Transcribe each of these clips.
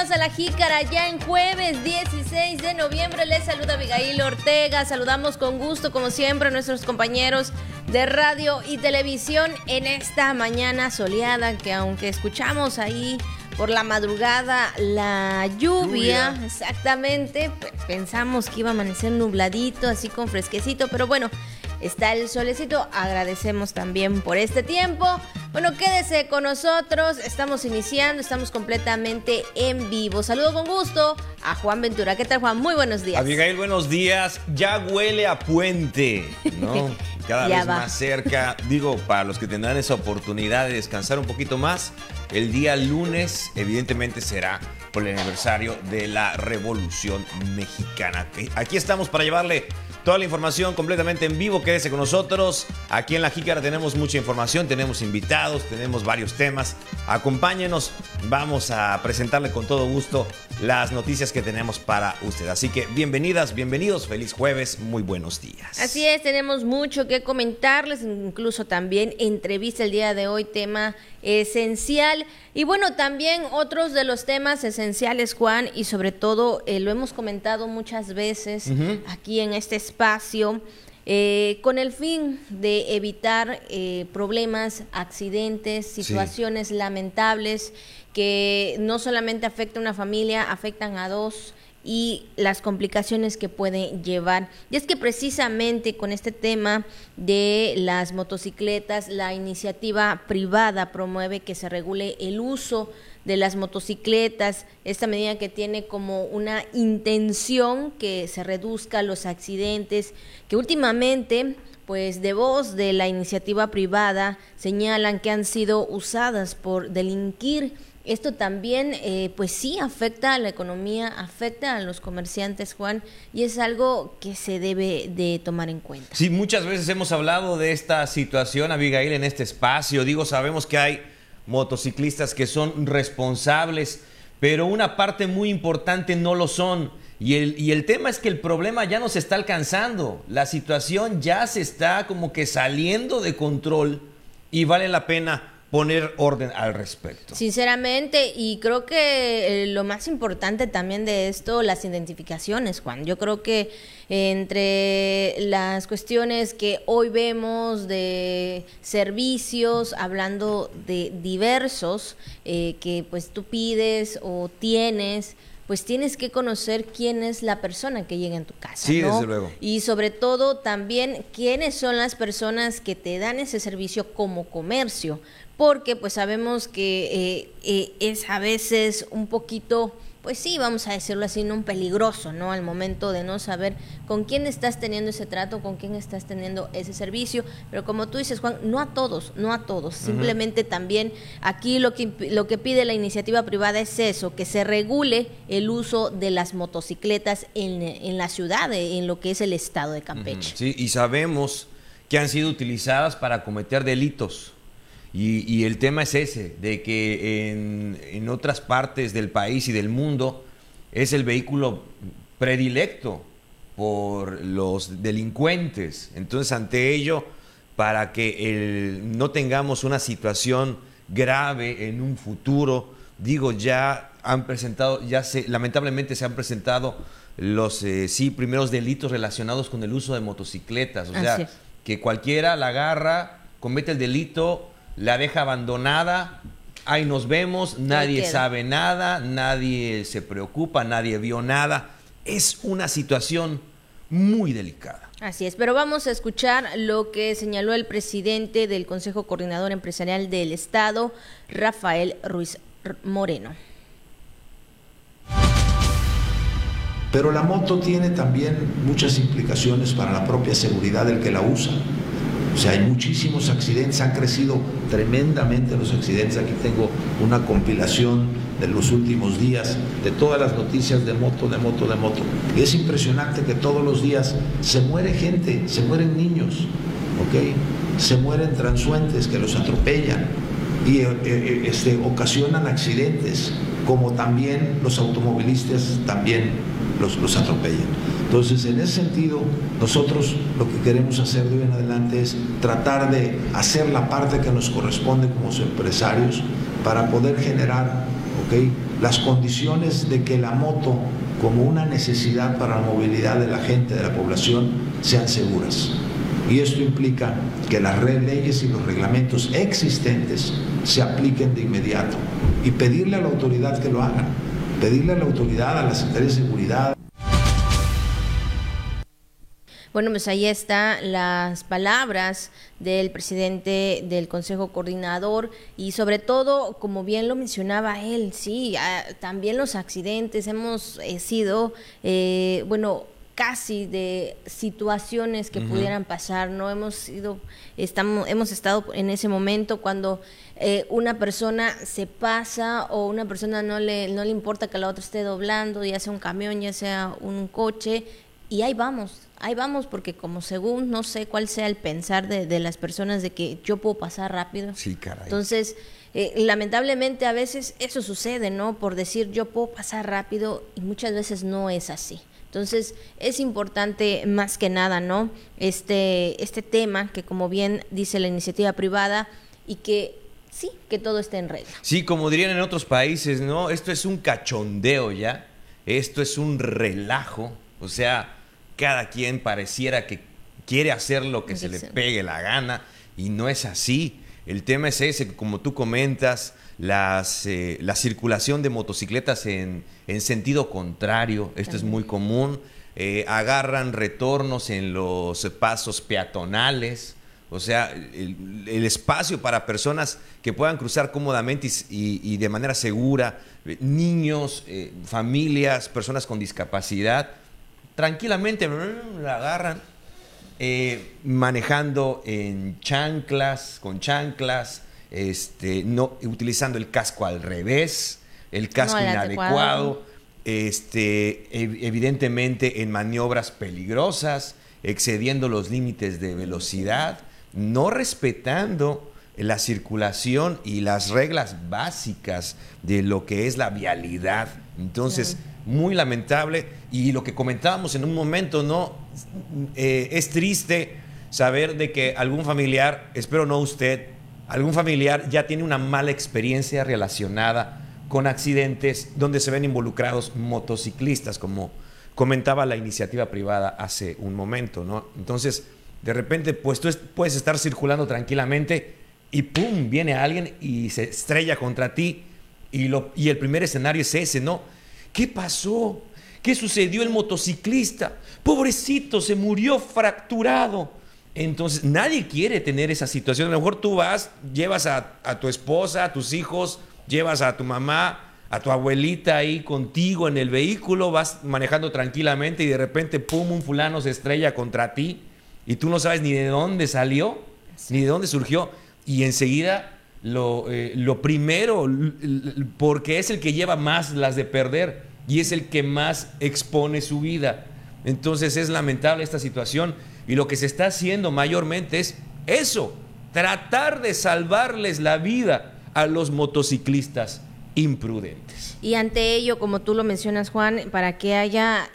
bienvenidos a La Jícara, ya en jueves 16 de noviembre. Les saluda Abigail Ortega. Saludamos con gusto, como siempre, a nuestros compañeros de radio y televisión en esta mañana soleada, que aunque escuchamos ahí por la madrugada la lluvia. Exactamente, pues pensamos que iba a amanecer nubladito, así con fresquecito, pero bueno, está el solecito. Agradecemos también por este tiempo. Bueno, quédese con nosotros. Estamos iniciando, estamos completamente en vivo. Saludo con gusto a Juan Ventura. ¿Qué tal, Juan? Muy buenos días. Abigail, buenos días. Ya huele a puente, ¿no? Cada vez más cerca. Digo, para los que tendrán esa oportunidad de descansar un poquito más, el día lunes, evidentemente, será por el aniversario de la Revolución Mexicana. Aquí estamos para llevarle toda la información completamente en vivo. Quédese con nosotros. Aquí en La Jícara tenemos mucha información, tenemos invitados, tenemos varios temas. Acompáñenos, vamos a presentarle con todo gusto las noticias que tenemos para usted. Así que bienvenidas, bienvenidos, feliz jueves, muy buenos días. Así es, tenemos mucho que comentarles, incluso también entrevista el día de hoy, tema esencial. Y bueno, también otros de los temas esenciales, Juan, y sobre todo lo hemos comentado muchas veces aquí en este espacio, con el fin de evitar problemas, accidentes, situaciones lamentables que no solamente afectan a una familia, afectan a dos, y las complicaciones que pueden llevar. Y es que precisamente con este tema de las motocicletas, la iniciativa privada promueve que se regule el uso de las motocicletas, esta medida que tiene como una intención que se reduzca los accidentes, que últimamente, pues de voz de la iniciativa privada, señalan que han sido usadas por delinquir. Esto también, pues sí, afecta a la economía, afecta a los comerciantes, Juan, y es algo que se debe de tomar en cuenta. Sí, muchas veces hemos hablado de esta situación, Abigail, en este espacio. Digo, sabemos que hay motociclistas que son responsables, pero una parte muy importante no lo son. Y el tema es que el problema ya no se está alcanzando. La situación ya se está como que saliendo de control y vale la pena poner orden al respecto. Sinceramente, y creo que lo más importante también de esto, las identificaciones, Juan. Yo creo que entre las cuestiones que hoy vemos de servicios, hablando de diversos, que pues tú pides o tienes, pues tienes que conocer quién es la persona que llega en tu casa, sí, ¿no? Desde luego. Y sobre todo también quiénes son las personas que te dan ese servicio como comercio, porque pues sabemos que es a veces un poquito, pues sí, vamos a decirlo así, no un peligroso, ¿no? Al momento de no saber con quién estás teniendo ese trato, con quién estás teniendo ese servicio, pero como tú dices, Juan, no a todos, simplemente también aquí lo que pide la iniciativa privada es eso, que se regule el uso de las motocicletas en la ciudad, en lo que es el estado de Campeche. Sí, y sabemos que han sido utilizadas para cometer delitos. Y el tema es ese, de que en otras partes del país y del mundo es el vehículo predilecto por los delincuentes. Entonces, ante ello, para que no tengamos una situación grave en un futuro, digo, lamentablemente se han presentado los primeros delitos relacionados con el uso de motocicletas. O sea, que cualquiera la agarra, comete el delito, la deja abandonada, ahí nos vemos, nadie sabe nada, nadie se preocupa, nadie vio nada. Es una situación muy delicada. Así es, pero vamos a escuchar lo que señaló el presidente del Consejo Coordinador Empresarial del Estado, Rafael Ruiz Moreno. Pero la moto tiene también muchas implicaciones para la propia seguridad del que la usa. O sea, hay muchísimos accidentes, han crecido tremendamente los accidentes. Aquí tengo una compilación de los últimos días, de todas las noticias de moto. Y es impresionante que todos los días se muere gente, se mueren niños, ¿ok? Se mueren transuentes que los atropellan y ocasionan accidentes, como también los automovilistas también los atropellan. Entonces, en ese sentido, nosotros lo que queremos hacer de hoy en adelante es tratar de hacer la parte que nos corresponde como empresarios para poder generar ¿okay? Las condiciones de que la moto, como una necesidad para la movilidad de la gente, de la población, sean seguras. Y esto implica que las leyes y los reglamentos existentes se apliquen de inmediato y pedirle a la autoridad que lo hagan, pedirle a la autoridad, a la Secretaría de Seguridad. Bueno, pues ahí están las palabras del presidente del Consejo Coordinador y sobre todo, como bien lo mencionaba él, sí, también los accidentes, hemos sido, casi de situaciones que pudieran pasar, ¿no? Hemos estado en ese momento cuando una persona se pasa o una persona no le importa que la otra esté doblando, ya sea un camión, ya sea un coche, y ahí vamos, porque como según no sé cuál sea el pensar de las personas de que yo puedo pasar rápido. Sí, caray. Entonces, lamentablemente a veces eso sucede, ¿no? Por decir yo puedo pasar rápido y muchas veces no es así. Entonces, es importante más que nada, ¿no? Este tema que, como bien dice la iniciativa privada, y que sí, que todo esté en regla. Sí, como dirían en otros países, ¿no? Esto es un cachondeo ya, esto es un relajo, o sea, cada quien pareciera que quiere hacer lo que se le pegue la gana y no es así. El tema es ese, como tú comentas, la circulación de motocicletas en sentido contrario, esto es muy común, agarran retornos en los pasos peatonales, o sea, el espacio para personas que puedan cruzar cómodamente y de manera segura, niños, familias, personas con discapacidad, tranquilamente la agarran manejando con chanclas, no utilizando el casco al revés, el casco inadecuado, evidentemente en maniobras peligrosas, excediendo los límites de velocidad, no respetando la circulación y las reglas básicas de lo que es la vialidad. Entonces, muy lamentable, y lo que comentábamos en un momento, ¿no? Es triste saber de que algún familiar, espero no usted, algún familiar ya tiene una mala experiencia relacionada con accidentes donde se ven involucrados motociclistas, como comentaba la iniciativa privada hace un momento, ¿no? Entonces, de repente, pues tú puedes estar circulando tranquilamente y ¡pum!, viene alguien y se estrella contra ti, y el primer escenario es ese, ¿no? ¿Qué pasó? ¿Qué sucedió el motociclista? Pobrecito, se murió fracturado. Entonces, nadie quiere tener esa situación. A lo mejor tú vas, llevas a tu esposa, a tus hijos, llevas a tu mamá, a tu abuelita ahí contigo en el vehículo, vas manejando tranquilamente y de repente, pum, un fulano se estrella contra ti y tú no sabes ni de dónde salió, ni de dónde surgió. Y enseguida lo primero, porque es el que lleva más las de perder y es el que más expone su vida. Entonces es lamentable esta situación, y lo que se está haciendo mayormente es eso, tratar de salvarles la vida a los motociclistas imprudentes. Y ante ello, como tú lo mencionas, Juan, para que haya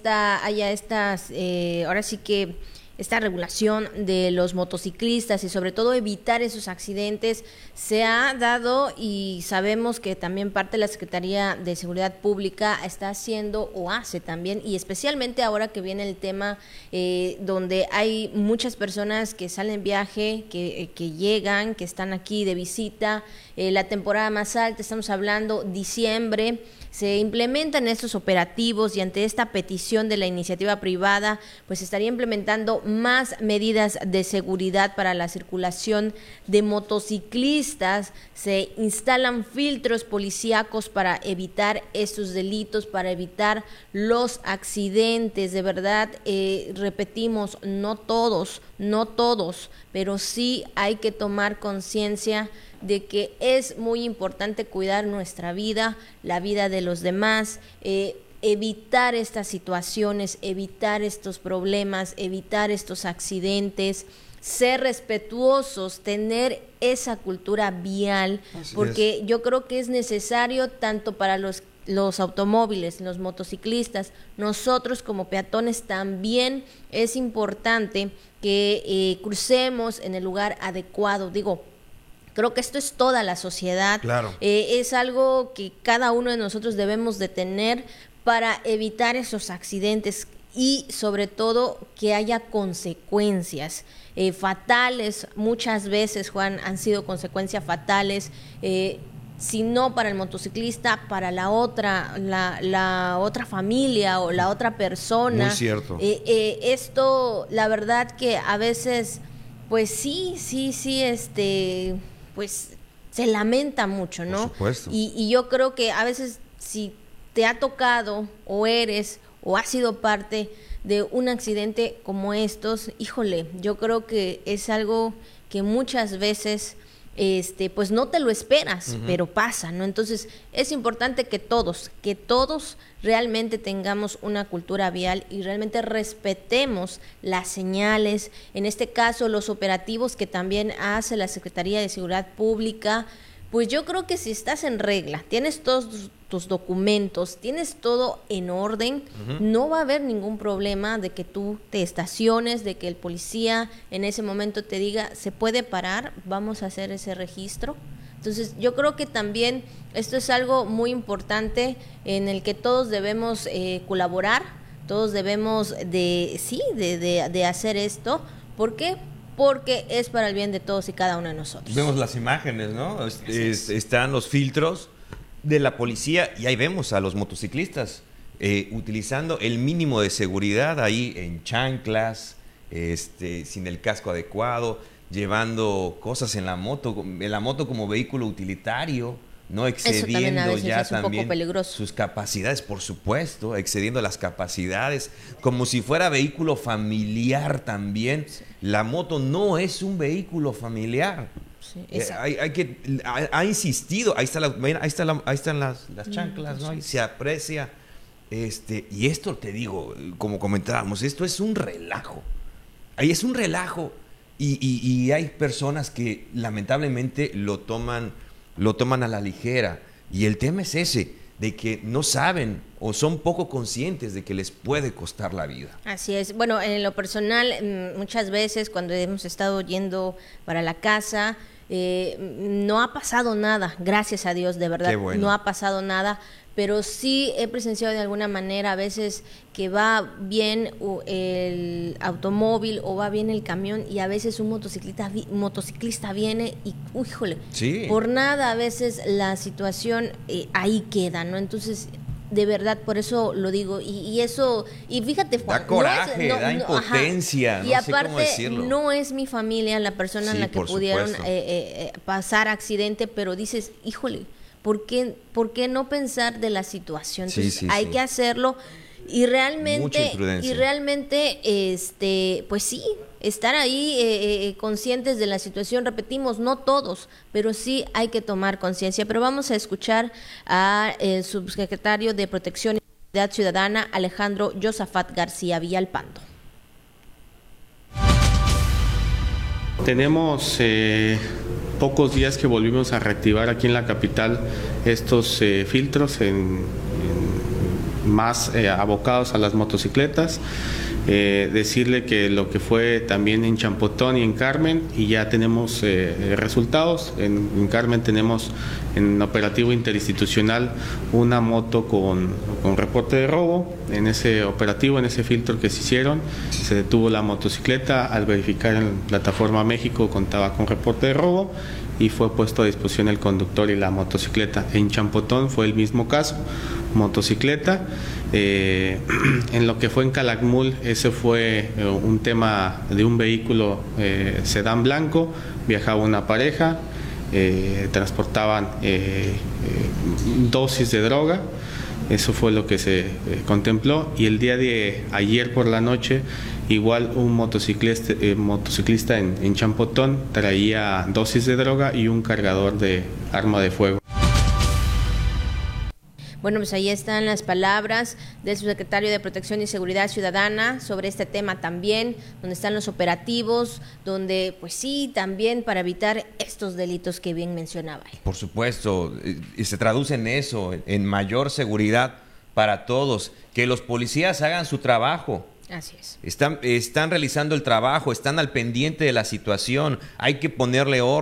estas, ahora sí que esta regulación de los motociclistas y sobre todo evitar esos accidentes, se ha dado, y sabemos que también parte de la Secretaría de Seguridad Pública está haciendo o hace también, y especialmente ahora que viene el tema donde hay muchas personas que salen en viaje, que llegan, que están aquí de visita, la temporada más alta, estamos hablando diciembre, se implementan estos operativos, y ante esta petición de la iniciativa privada, pues se estaría implementando más medidas de seguridad para la circulación de motociclistas. Se instalan filtros policíacos para evitar estos delitos, para evitar los accidentes. De verdad, repetimos, no todos, pero sí hay que tomar conciencia de que es muy importante cuidar nuestra vida, la vida de los demás, evitar estas situaciones, evitar estos problemas, evitar estos accidentes, ser respetuosos, tener esa cultura vial, porque yo creo que es necesario tanto para los automóviles, los motociclistas, nosotros como peatones también es importante que crucemos en el lugar adecuado. Digo, Creo que esto es toda la sociedad. Claro. Es algo que cada uno de nosotros debemos de tener para evitar esos accidentes y sobre todo que haya consecuencias fatales. Muchas veces, Juan, han sido consecuencias fatales, si no para el motociclista, para la otra familia o la otra persona. Muy cierto. Esto, la verdad que a veces, pues sí, pues se lamenta mucho, ¿no? Por supuesto. Y yo creo que a veces si te ha tocado o eres o has sido parte de un accidente como estos, híjole, yo creo que es algo que muchas veces pues no te lo esperas, pero pasa, ¿no? Entonces es importante que todos realmente tengamos una cultura vial y realmente respetemos las señales, en este caso los operativos que también hace la Secretaría de Seguridad Pública. Pues yo creo que si estás en regla, tienes todos tus documentos, tienes todo en orden, no va a haber ningún problema de que tú te estaciones, de que el policía en ese momento te diga, ¿se puede parar? Vamos a hacer ese registro. Entonces yo creo que también esto es algo muy importante en el que todos debemos colaborar, todos debemos de hacer esto. ¿Por qué? Porque es para el bien de todos y cada uno de nosotros. Vemos las imágenes, ¿no? Están los filtros de la policía y ahí vemos a los motociclistas utilizando el mínimo de seguridad ahí en chanclas, sin el casco adecuado, llevando cosas en la moto como vehículo utilitario, no excediendo ya también sus capacidades, por supuesto, excediendo las capacidades, como si fuera vehículo familiar también. Sí. La moto no es un vehículo familiar. Sí, ha insistido, ahí están las chanclas, ¿no? Ahí se aprecia. Y esto te digo, como comentábamos, esto es un relajo. Ahí es un relajo. Y hay personas que lamentablemente lo toman a la ligera, y el tema es ese, de que no saben o son poco conscientes de que les puede costar la vida. Así es. Bueno, en lo personal, muchas veces cuando hemos estado yendo para la casa, no ha pasado nada, gracias a Dios, de verdad. Qué bueno. No ha pasado nada, pero sí he presenciado de alguna manera a veces que va bien el automóvil o va bien el camión, y a veces un motociclista viene y, híjole, sí, por nada a veces la situación ahí queda, ¿no? Entonces, de verdad, por eso lo digo, y eso, y fíjate, Juan, da coraje, da impotencia, ajá, y aparte, no sé cómo decirlo. No es mi familia la persona en la que pudieron pasar accidente, pero dices, híjole, ¿por qué no pensar de la situación? Entonces, hay que hacerlo y realmente, pues sí, estar ahí conscientes de la situación. Repetimos, no todos, pero sí hay que tomar conciencia. Pero vamos a escuchar al subsecretario de Protección y Seguridad Ciudadana, Alejandro Josafat García Villalpando. Tenemos pocos días que volvimos a reactivar aquí en la capital estos filtros más abocados a las motocicletas. Decirle que lo que fue también en Champotón y en Carmen, y ya tenemos resultados. En Carmen tenemos en operativo interinstitucional una moto con reporte de robo. En ese operativo, en ese filtro que se hicieron, se detuvo la motocicleta. Al verificar en Plataforma México contaba con reporte de robo y fue puesto a disposición el conductor y la motocicleta. En Champotón fue el mismo caso, motocicleta. En lo que fue en Calakmul, ese fue un tema de un vehículo sedán blanco, viajaba una pareja, transportaban dosis de droga. Eso fue lo que se contempló, y el día de ayer por la noche igual un motociclista en Champotón traía dosis de droga y un cargador de arma de fuego. Bueno, pues ahí están las palabras del subsecretario de Protección y Seguridad Ciudadana sobre este tema también, donde están los operativos, donde pues sí, también para evitar estos delitos que bien mencionaba. Por supuesto, y se traduce en eso, en mayor seguridad para todos, que los policías hagan su trabajo. Así es. Están realizando el trabajo, están al pendiente de la situación, hay que ponerle orden.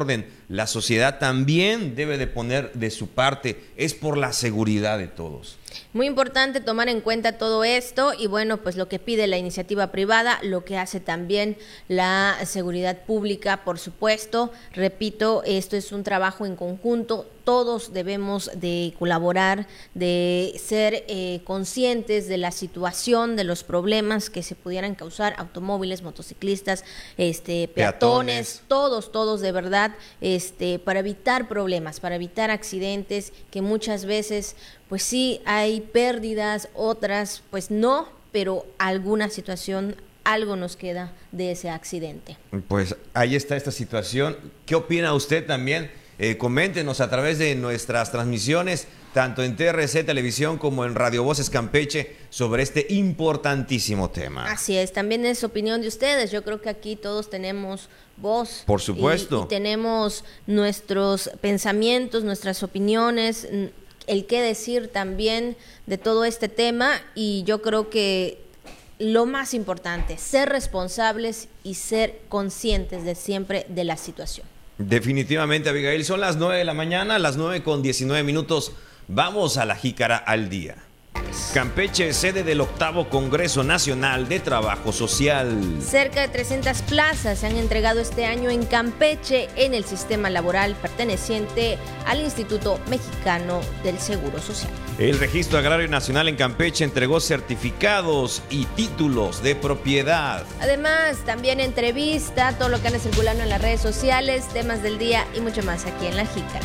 la sociedad también debe de poner de su parte, es por la seguridad de todos. Muy importante tomar en cuenta todo esto y bueno, pues lo que pide la iniciativa privada, lo que hace también la seguridad pública, por supuesto. Repito, esto es un trabajo en conjunto, todos debemos de colaborar, de ser conscientes de la situación, de los problemas que se pudieran causar, automóviles, motociclistas, peatones, todos de verdad, para evitar problemas, para evitar accidentes, que muchas veces pues sí hay pérdidas, otras pues no, pero alguna situación, algo nos queda de ese accidente. Pues ahí está esta situación. ¿Qué opina usted también? Coméntenos a través de nuestras transmisiones, tanto en TRC Televisión como en Radio Voces Campeche, sobre este importantísimo tema. Así es, también es opinión de ustedes. Yo creo que aquí todos tenemos voz. Por supuesto. Y tenemos nuestros pensamientos, nuestras opiniones, el qué decir también de todo este tema, y yo creo que lo más importante, ser responsables y ser conscientes de siempre de la situación. Definitivamente, Abigail, son las 9 de la mañana, las 9:19. Vamos a la Jícara al día. Campeche, sede del 8º Congreso Nacional de Trabajo Social. Cerca de 300 plazas se han entregado este año en Campeche en el sistema laboral perteneciente al Instituto Mexicano del Seguro Social. El Registro Agrario Nacional en Campeche entregó certificados y títulos de propiedad. Además, también entrevista, todo lo que anda circulando en las redes sociales, temas del día y mucho más aquí en La Jícara.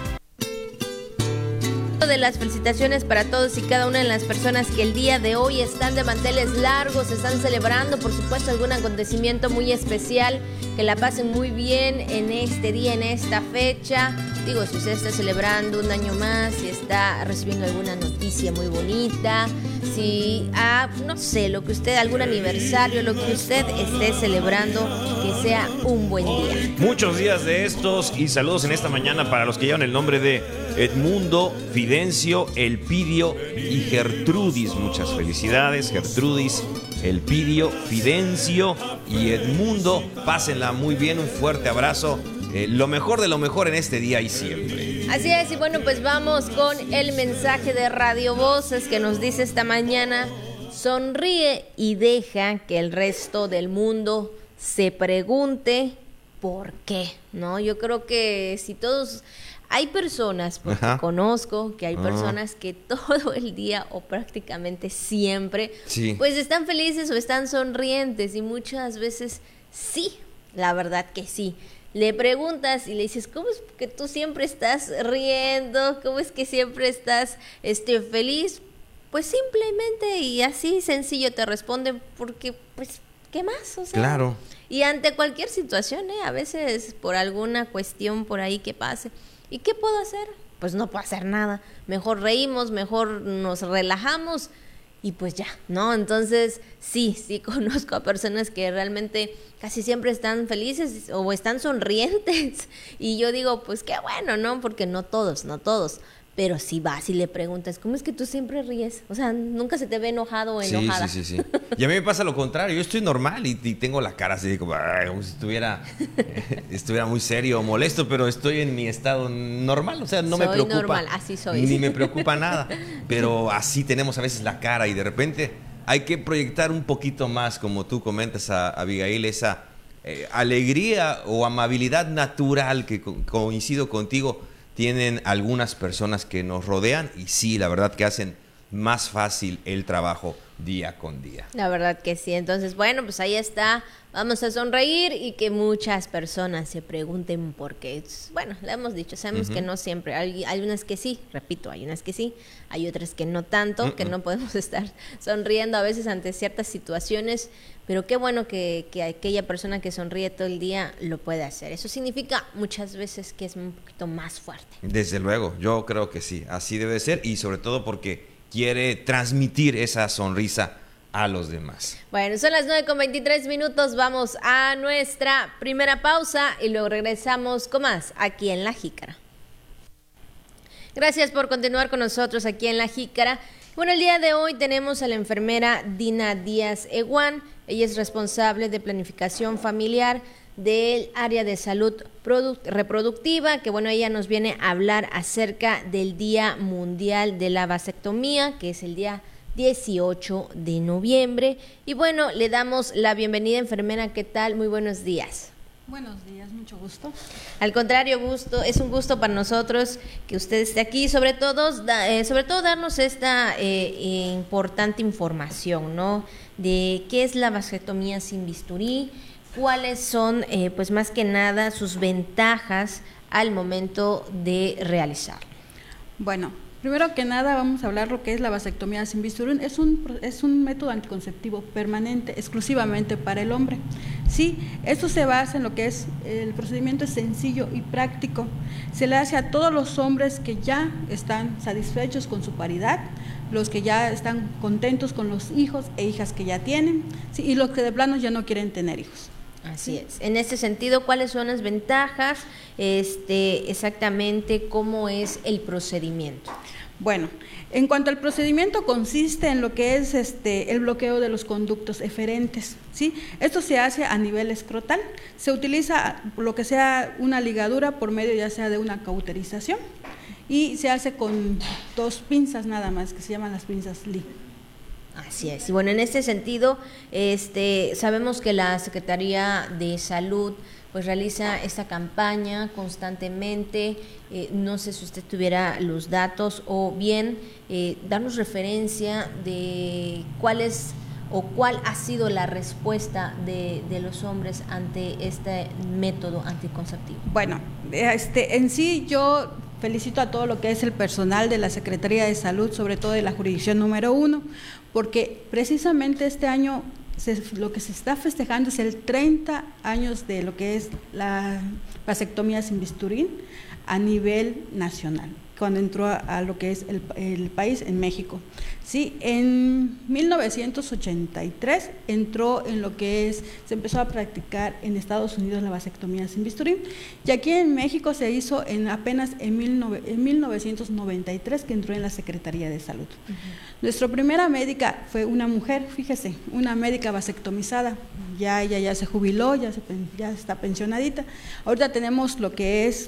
De las felicitaciones para todos y cada una de las personas que el día de hoy están de manteles largos, están celebrando, por supuesto, algún acontecimiento muy especial, que la pasen muy bien en este día, en esta fecha. Digo, si usted está celebrando un año más, si está recibiendo alguna noticia muy bonita, si, no sé, lo que usted, algún aniversario, lo que usted esté celebrando, que sea un buen día. Muchos días de estos y saludos en esta mañana para los que llevan el nombre de Edmundo, Fidencio, Elpidio y Gertrudis. Muchas felicidades, Gertrudis, Elpidio, Fidencio y Edmundo. Pásenla muy bien, un fuerte abrazo. Lo mejor de lo mejor en este día y siempre. Así es, y bueno, pues vamos con el mensaje de Radio Voces que nos dice esta mañana: sonríe y deja que el resto del mundo se pregunte por qué, ¿no? Yo creo que si todos... Hay personas, porque conozco que hay personas que todo el día o prácticamente siempre, pues están felices o están sonrientes, y muchas veces sí, la verdad que sí. Le preguntas y le dices, ¿cómo es que tú siempre estás riendo? ¿Cómo es que siempre estás feliz? Pues simplemente y así sencillo te responden, porque pues, ¿qué más? O sea, claro. Y ante cualquier situación, a veces por alguna cuestión por ahí que pase, ¿y qué puedo hacer? Pues no puedo hacer nada. Mejor reímos, mejor nos relajamos y pues ya, ¿no? Entonces, sí conozco a personas que realmente casi siempre están felices o están sonrientes. Y yo digo, pues qué bueno, ¿no? Porque no todos. Pero si vas y le preguntas, ¿cómo es que tú siempre ríes? O sea, nunca se te ve enojado o enojada. Sí. Y a mí me pasa lo contrario. Yo estoy normal y tengo la cara así como si estuviera muy serio o molesto, pero estoy en mi estado normal. O sea, no me preocupa. Soy normal, así soy. Ni me preocupa nada. Pero así tenemos a veces la cara y de repente hay que proyectar un poquito más, como tú comentas, Abigail, esa alegría o amabilidad natural que coincido contigo. Tienen algunas personas que nos rodean y sí, la verdad que hacen más fácil el trabajo día con día. La verdad que sí. Entonces, bueno, pues ahí está. Vamos a sonreír y que muchas personas se pregunten por qué. Bueno, le hemos dicho, sabemos que no siempre. Hay unas que sí, repito, hay unas que sí. Hay otras que no tanto, que no podemos estar sonriendo a veces ante ciertas situaciones. Pero qué bueno que aquella persona que sonríe todo el día lo puede hacer. Eso significa muchas veces que es un poquito más fuerte. Desde luego, yo creo que sí, así debe ser, y sobre todo porque quiere transmitir esa sonrisa a los demás. Bueno, son las 9:23, vamos a nuestra primera pausa y luego regresamos con más aquí en La Jícara. Gracias por continuar con nosotros aquí en La Jícara. Bueno, el día de hoy tenemos a la enfermera Dina Díaz Eguán. Ella es responsable de planificación familiar del área de salud reproductiva, que bueno, ella nos viene a hablar acerca del Día Mundial de la Vasectomía, que es el día 18 de noviembre. Y bueno, le damos la bienvenida, enfermera. ¿Qué tal? Muy buenos días. Buenos días, mucho gusto. Al contrario, es un gusto para nosotros que usted esté aquí, sobre todo darnos esta importante información, ¿no? De qué es la vasectomía sin bisturí, cuáles son, pues más que nada, sus ventajas al momento de realizarlo. Bueno, primero que nada vamos a hablar lo que es la vasectomía sin bisturí. Es un método anticonceptivo permanente, exclusivamente para el hombre. Sí, esto se basa en lo que es, el procedimiento es sencillo y práctico. Se le hace a todos los hombres que ya están satisfechos con su paridad, los que ya están contentos con los hijos e hijas que ya tienen, sí, y los que de plano ya no quieren tener hijos. Así es. En este sentido, ¿cuáles son las ventajas? Exactamente, ¿cómo es el procedimiento? Bueno, en cuanto al procedimiento, consiste en lo que es el bloqueo de los conductos eferentes, ¿sí? Esto se hace a nivel escrotal, se utiliza lo que sea una ligadura por medio ya sea de una cauterización y se hace con 2 pinzas nada más, que se llaman las pinzas Lee. Así es. Y bueno, en este sentido, sabemos que la Secretaría de Salud pues realiza esta campaña constantemente. No sé si usted tuviera los datos o bien darnos referencia de cuál ha sido la respuesta de los hombres ante este método anticonceptivo. Bueno, en sí yo felicito a todo lo que es el personal de la Secretaría de Salud, sobre todo de la jurisdicción número 1, porque precisamente este año lo que se está festejando es el 30 años de lo que es la vasectomía sin bisturí a nivel nacional, cuando entró a lo que es el país en México. Sí, en 1983 entró en lo que es, se empezó a practicar en Estados Unidos la vasectomía sin bisturí, y aquí en México se hizo apenas en 1993, que entró en la Secretaría de Salud. Nuestra primera médica fue una mujer, fíjese, una médica vasectomizada, ella ya se jubiló, ya está pensionadita. Ahorita tenemos lo que es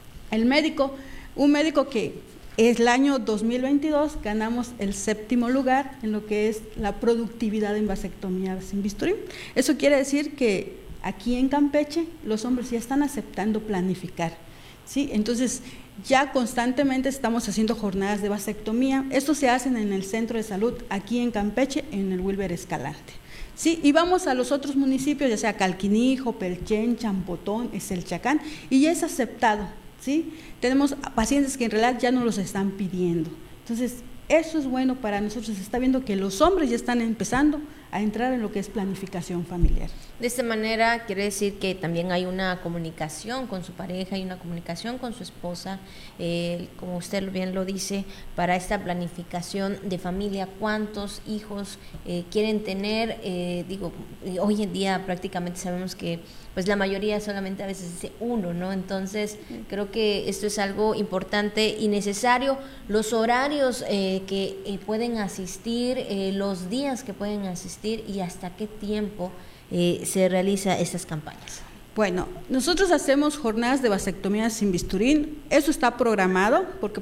un médico que el año 2022 ganamos el 7º lugar en lo que es la productividad en vasectomía sin bisturí. Eso quiere decir que aquí en Campeche los hombres ya están aceptando planificar, ¿sí? Entonces ya constantemente estamos haciendo jornadas de vasectomía. Esto se hacen en el centro de salud aquí en Campeche, en el Wilber Escalante. Sí, y vamos a los otros municipios, ya sea Calquinijo, Pelchén, Champotón, Eselchacán, y ya es aceptado. ¿Sí? Tenemos pacientes que en realidad ya no los están pidiendo. Entonces, eso es bueno para nosotros. Se está viendo que los hombres ya están empezando a entrar en lo que es planificación familiar. De esta manera quiere decir que también hay una comunicación con su pareja y una comunicación con su esposa, como usted bien lo dice, para esta planificación de familia. ¿Cuántos hijos quieren tener? Hoy en día prácticamente sabemos que pues la mayoría solamente a veces dice uno, ¿no? Entonces creo que esto es algo importante y necesario. Los horarios que pueden asistir, los días que pueden asistir y hasta qué tiempo se realiza estas campañas. Bueno, nosotros hacemos jornadas de vasectomía sin bisturí. Eso está programado porque,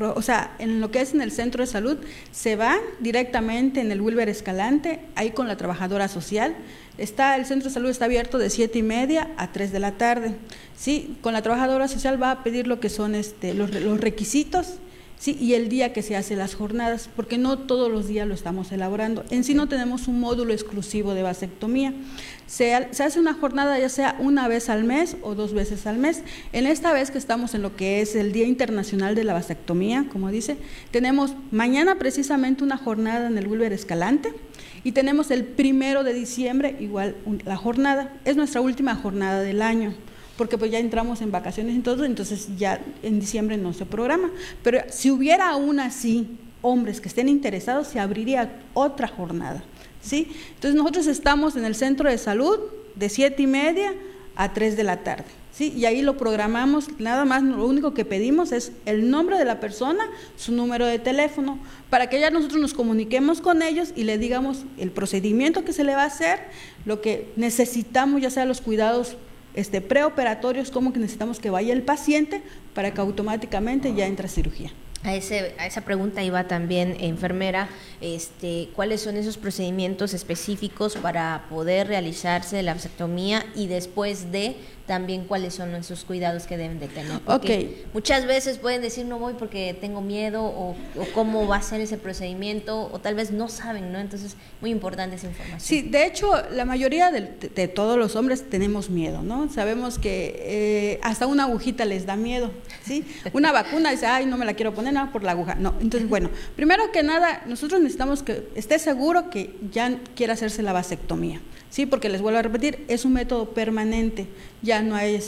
en lo que es en el centro de salud, se va directamente en el Wilber Escalante, ahí con la trabajadora social. El centro de salud está abierto de 7:30 a 3 de la tarde. Sí, con la trabajadora social va a pedir lo que son los requisitos. Sí, y el día que se hacen las jornadas, porque no todos los días lo estamos elaborando. En sí no tenemos un módulo exclusivo de vasectomía. Se hace una jornada ya sea una vez al mes o 2 veces al mes. En esta vez que estamos en lo que es el Día Internacional de la Vasectomía, como dice, tenemos mañana precisamente una jornada en el Wilber Escalante y tenemos el 1 de diciembre igual la jornada. Es nuestra última jornada del año, porque pues ya entramos en vacaciones y todo, entonces ya en diciembre no se programa. Pero si hubiera aún así hombres que estén interesados, se abriría otra jornada, ¿sí? Entonces nosotros estamos en el centro de salud de 7:30 a 3 de la tarde, ¿sí? Y ahí lo programamos, nada más, lo único que pedimos es el nombre de la persona, su número de teléfono, para que ya nosotros nos comuniquemos con ellos y le digamos el procedimiento que se le va a hacer, lo que necesitamos, ya sea los cuidados preoperatorios, como que necesitamos que vaya el paciente para que automáticamente ya entre a cirugía. A esa pregunta iba también, enfermera, ¿cuáles son esos procedimientos específicos para poder realizarse la vasectomía y después de también cuáles son esos cuidados que deben de tener? Porque muchas veces pueden decir no voy porque tengo miedo o cómo va a ser ese procedimiento o tal vez no saben, ¿no? Entonces, muy importante esa información. Sí, de hecho, la mayoría de todos los hombres tenemos miedo, ¿no? Sabemos que hasta una agujita les da miedo, ¿sí? Una vacuna dice, ay, no me la quiero poner, no, por la aguja. No, entonces, bueno, primero que nada, nosotros necesitamos que esté seguro que ya quiera hacerse la vasectomía, ¿sí? Porque les vuelvo a repetir, es un método permanente, ya no hay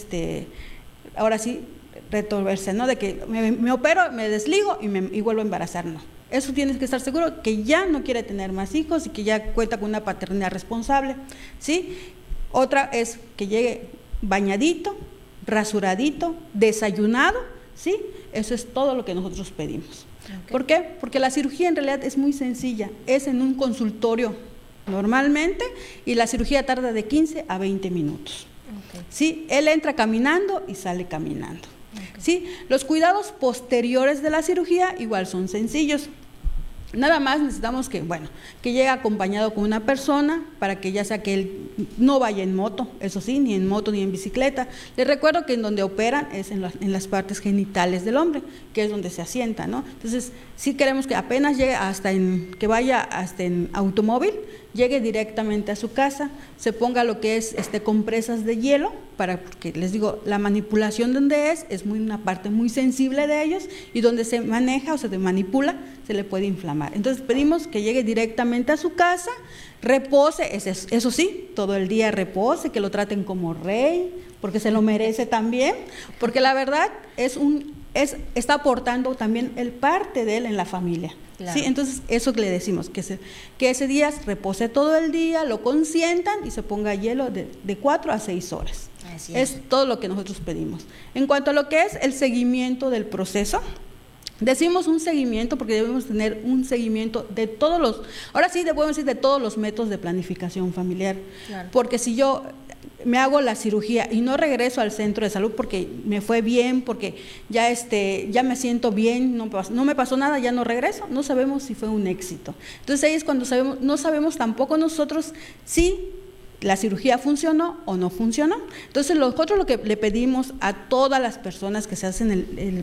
ahora sí, retorcerse, ¿no? De que me opero, me desligo y vuelvo a embarazar, no. Eso tienes que estar seguro que ya no quiere tener más hijos y que ya cuenta con una paternidad responsable, ¿sí? Otra es que llegue bañadito, rasuradito, desayunado, ¿sí? Eso es todo lo que nosotros pedimos. Okay. ¿Por qué? Porque la cirugía en realidad es muy sencilla, es en un consultorio normalmente y la cirugía tarda de 15 a 20 minutos. Okay. ¿Sí? Él entra caminando y sale caminando. Okay. ¿Sí? Los cuidados posteriores de la cirugía igual son sencillos. Nada más necesitamos que llegue acompañado con una persona para que ya sea que él no vaya en moto, eso sí, ni en moto ni en bicicleta. Les recuerdo que en donde operan es en las partes genitales del hombre, que es donde se asienta, ¿no? Entonces, sí queremos que apenas llegue que vaya hasta en automóvil, llegue directamente a su casa, se ponga lo que es compresas de hielo, porque les digo, la manipulación donde es una parte muy sensible de ellos y donde se maneja o se manipula, se le puede inflamar. Entonces pedimos que llegue directamente a su casa, repose, eso sí, todo el día repose, que lo traten como rey, porque se lo merece también, porque la verdad está aportando también el parte de él en la familia. Claro. ¿Sí? Entonces, eso que le decimos, que ese día repose todo el día, lo consientan y se ponga hielo de 4 a 6 horas. Así es todo lo que nosotros pedimos. En cuanto a lo que es el seguimiento del proceso, decimos un seguimiento porque debemos tener un seguimiento de todos los métodos de planificación familiar. Claro. Porque si yo me hago la cirugía y no regreso al centro de salud porque me fue bien, porque ya me siento bien, no me pasó nada, ya no regreso, no sabemos si fue un éxito. Entonces ahí es cuando no sabemos tampoco nosotros si la cirugía funcionó o no funcionó. Entonces nosotros lo que le pedimos a todas las personas que se hacen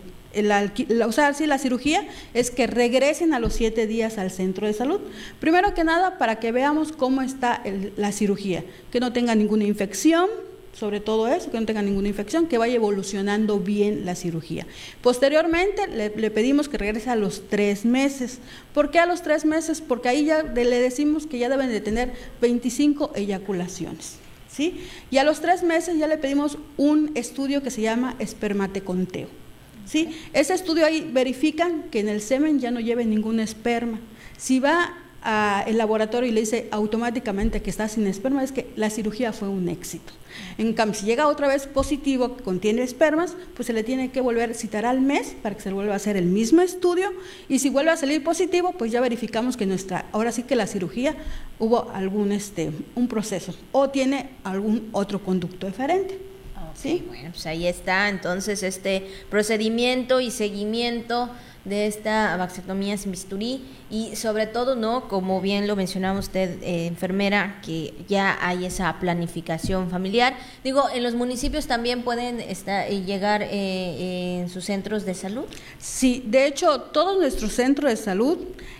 la cirugía es que regresen a los 7 días al centro de salud. Primero que nada, para que veamos cómo está la cirugía, que no tenga ninguna infección, sobre todo eso, que no tenga ninguna infección, que vaya evolucionando bien la cirugía. Posteriormente le pedimos que regrese a los 3 meses. ¿Por qué a los 3 meses? Porque ahí ya le decimos que ya deben de tener 25 eyaculaciones, ¿sí? Y a los 3 meses ya le pedimos un estudio que se llama espermatoconteo, ¿sí? Ese estudio ahí verifican que en el semen ya no lleve ningún esperma. Si va al laboratorio y le dice automáticamente que está sin esperma, es que la cirugía fue un éxito. En cambio, si llega otra vez positivo que contiene espermas, pues se le tiene que volver a citar al mes para que se le vuelva a hacer el mismo estudio, y si vuelve a salir positivo, pues ya verificamos que ahora sí que la cirugía hubo un proceso o tiene algún otro conducto diferente. ¿Sí? Bueno, pues ahí está entonces procedimiento y seguimiento de esta vasectomía sin bisturí y sobre todo, ¿no? Como bien lo mencionaba usted, enfermera, que ya hay esa planificación familiar. Digo, ¿en los municipios también pueden llegar en sus centros de salud? Sí, de hecho, todos nuestros centros de salud,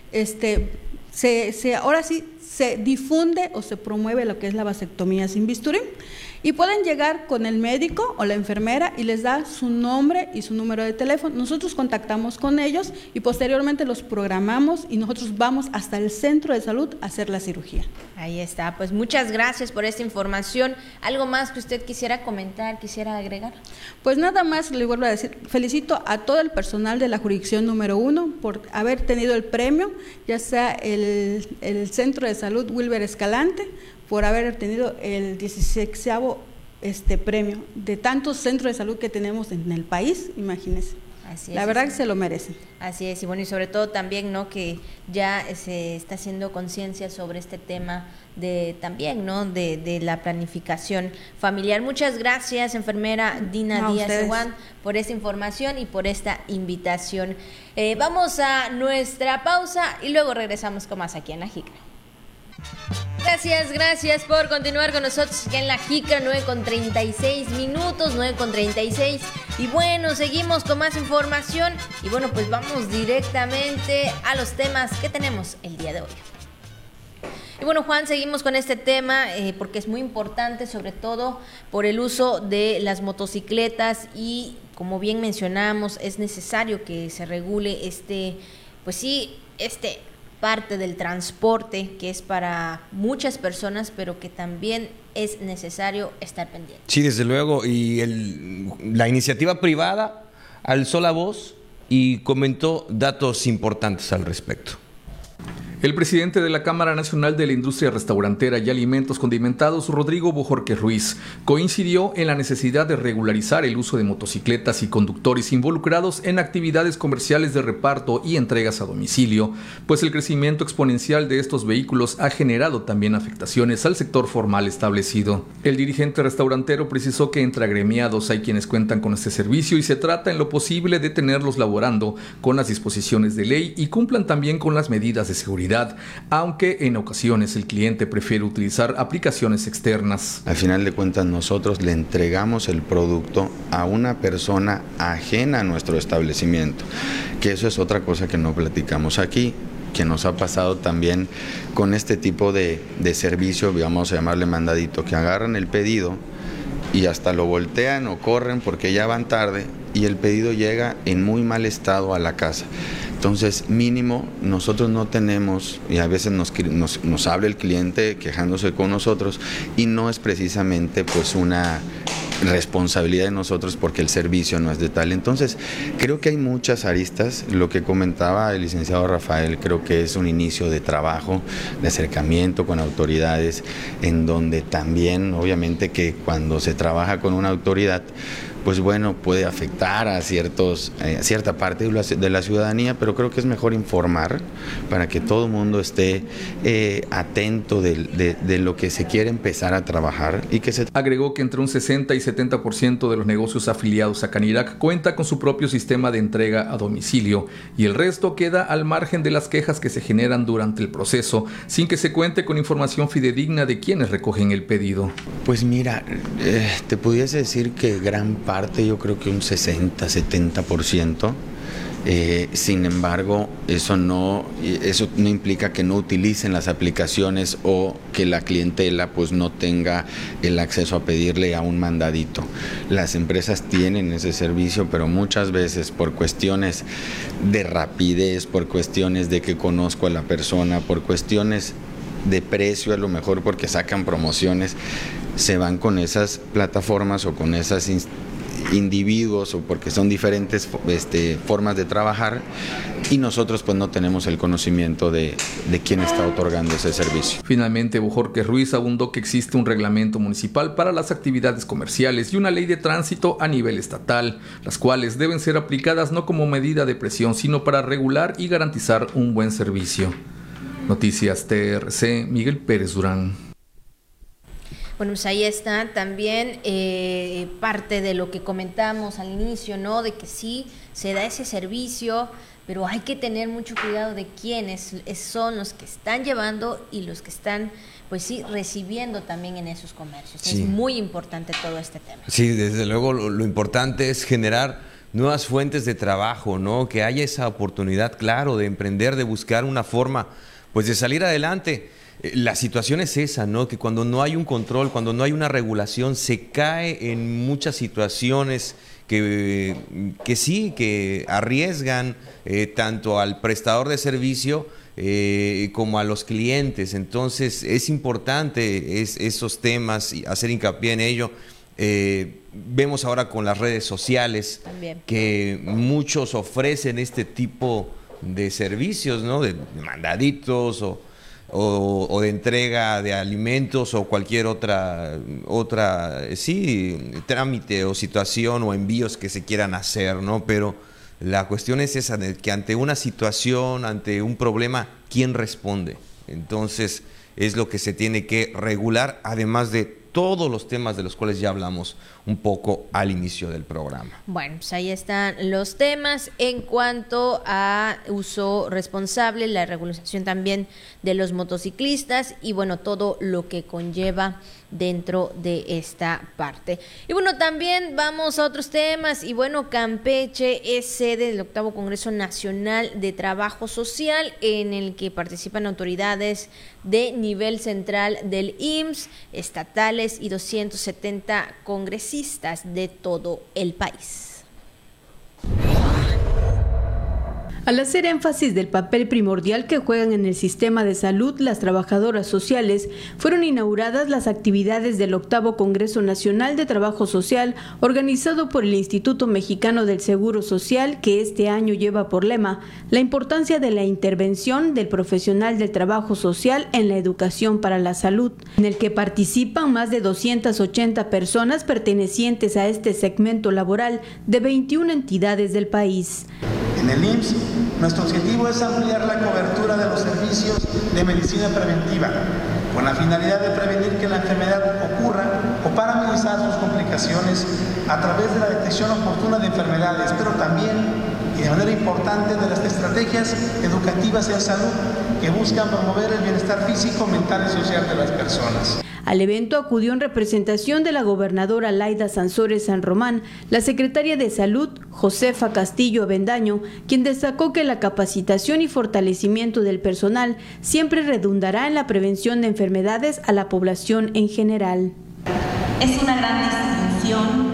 ahora sí se difunde o se promueve lo que es la vasectomía sin bisturí. Y pueden llegar con el médico o la enfermera y les da su nombre y su número de teléfono. Nosotros contactamos con ellos y posteriormente los programamos y nosotros vamos hasta el centro de salud a hacer la cirugía. Ahí está, pues muchas gracias por esta información. ¿Algo más que usted quisiera comentar, quisiera agregar? Pues nada más, le vuelvo a decir, felicito a todo el personal de la jurisdicción número 1 por haber tenido el premio, ya sea el Centro de Salud Wilber Escalante, por haber tenido el 16º premio de tantos centros de salud que tenemos en el país, imagínense. Así la verdad que se lo merecen. Así es, y bueno, y sobre todo también, ¿no?, que ya se está haciendo conciencia sobre este tema de también, ¿no?, de la planificación familiar. Muchas gracias, enfermera Dina Díaz Seguán, por esta información y por esta invitación. Vamos a nuestra pausa y luego regresamos con más aquí en La Jícara. Gracias por continuar con nosotros aquí en La Jícara, 9:36 minutos, 9:36. Y bueno, seguimos con más información y bueno, pues vamos directamente a los temas que tenemos el día de hoy. Y bueno, Juan, seguimos con este tema porque es muy importante, sobre todo por el uso de las motocicletas y como bien mencionamos, es necesario que se regule parte del transporte que es para muchas personas, pero que también es necesario estar pendiente. Sí, desde luego, y la iniciativa privada alzó la voz y comentó datos importantes al respecto. El presidente de la Cámara Nacional de la Industria Restaurantera y Alimentos Condimentados, Rodrigo Bojorquez Ruiz, coincidió en la necesidad de regularizar el uso de motocicletas y conductores involucrados en actividades comerciales de reparto y entregas a domicilio, pues el crecimiento exponencial de estos vehículos ha generado también afectaciones al sector formal establecido. El dirigente restaurantero precisó que entre agremiados hay quienes cuentan con este servicio y se trata en lo posible de tenerlos laborando con las disposiciones de ley y cumplan también con las medidas de seguridad, aunque en ocasiones el cliente prefiere utilizar aplicaciones externas. Al final de cuentas, nosotros le entregamos el producto a una persona ajena a nuestro establecimiento, que eso es otra cosa que no platicamos aquí, que nos ha pasado también con este tipo de servicio, vamos a llamarle mandadito, que agarran el pedido y hasta lo voltean o corren porque ya van tarde y el pedido llega en muy mal estado a la casa. Entonces, mínimo, nosotros no tenemos, y a veces nos habla el cliente quejándose con nosotros, y no es precisamente pues una responsabilidad de nosotros porque el servicio no es de tal. Entonces, creo que hay muchas aristas. Lo que comentaba el licenciado Rafael, creo que es un inicio de trabajo, de acercamiento con autoridades, en donde también, obviamente, que cuando se trabaja con una autoridad, pues bueno, puede afectar a cierta parte de la ciudadanía, pero creo que es mejor informar para que todo el mundo esté atento de lo que se quiere empezar a trabajar. Agregó que entre un 60 y 70% de los negocios afiliados a Canirac cuenta con su propio sistema de entrega a domicilio y el resto queda al margen de las quejas que se generan durante el proceso, sin que se cuente con información fidedigna de quienes recogen el pedido. Pues mira, te pudiese decir que gran parte, yo creo que un 60-70%, sin embargo, eso no implica que no utilicen las aplicaciones o que la clientela pues no tenga el acceso a pedirle a un mandadito. Las empresas tienen ese servicio, pero muchas veces por cuestiones de rapidez, por cuestiones de que conozco a la persona, por cuestiones de precio, a lo mejor porque sacan promociones, se van con esas plataformas o con esas individuos o porque son diferentes formas de trabajar y nosotros pues no tenemos el conocimiento de quién está otorgando ese servicio. Finalmente, Bojorquez Ruiz abundó que existe un reglamento municipal para las actividades comerciales y una ley de tránsito a nivel estatal, las cuales deben ser aplicadas no como medida de presión, sino para regular y garantizar un buen servicio. Noticias TRC, Miguel Pérez Durán. Bueno, pues ahí está también parte de lo que comentamos al inicio, ¿no? De que sí se da ese servicio, pero hay que tener mucho cuidado de quiénes son los que están llevando y los que están, pues sí, recibiendo también en esos comercios. Sí. Es muy importante todo este tema. Sí, desde luego lo importante es generar nuevas fuentes de trabajo, ¿no? Que haya esa oportunidad, claro, de emprender, de buscar una forma, pues de salir adelante. La situación es esa, ¿no? Que cuando no hay un control, cuando no hay una regulación, se cae en muchas situaciones que arriesgan tanto al prestador de servicio como a los clientes. Entonces es importante esos temas y hacer hincapié en ello. Vemos ahora con las redes sociales también que muchos ofrecen este tipo de servicios, ¿no? De mandaditos o de entrega de alimentos o cualquier otra trámite o situación o envíos que se quieran hacer, ¿no? Pero La cuestión es esa, de que ante una situación, ante un problema, ¿quién responde? Entonces, es lo que se tiene que regular, además de todos los temas de los cuales ya hablamos un poco al inicio del programa. Bueno, pues ahí están los temas en cuanto a uso responsable, la regulación también de los motociclistas y bueno, todo lo que conlleva dentro de esta parte. Y bueno, también vamos a otros temas y bueno, Campeche es sede del 8º Congreso Nacional de Trabajo Social, en el que participan autoridades de nivel central del IMSS, estatales y 270 congresistas de todo el país. Al hacer énfasis del papel primordial que juegan en el sistema de salud las trabajadoras sociales, fueron inauguradas las actividades del 8º Congreso Nacional de Trabajo Social, organizado por el Instituto Mexicano del Seguro Social, que este año lleva por lema la importancia de la intervención del profesional del trabajo social en la educación para la salud, en el que participan más de 280 personas pertenecientes a este segmento laboral de 21 entidades del país. En el IMSS, nuestro objetivo es ampliar la cobertura de los servicios de medicina preventiva, con la finalidad de prevenir que la enfermedad ocurra o para minimizar sus complicaciones a través de la detección oportuna de enfermedades, pero también, y de manera importante, de las estrategias educativas en salud que buscan promover el bienestar físico, mental y social de las personas. Al evento acudió en representación de la gobernadora Laida Sansores San Román, la secretaria de Salud, Josefa Castillo Avendaño, quien destacó que la capacitación y fortalecimiento del personal siempre redundará en la prevención de enfermedades a la población en general. Es una gran distinción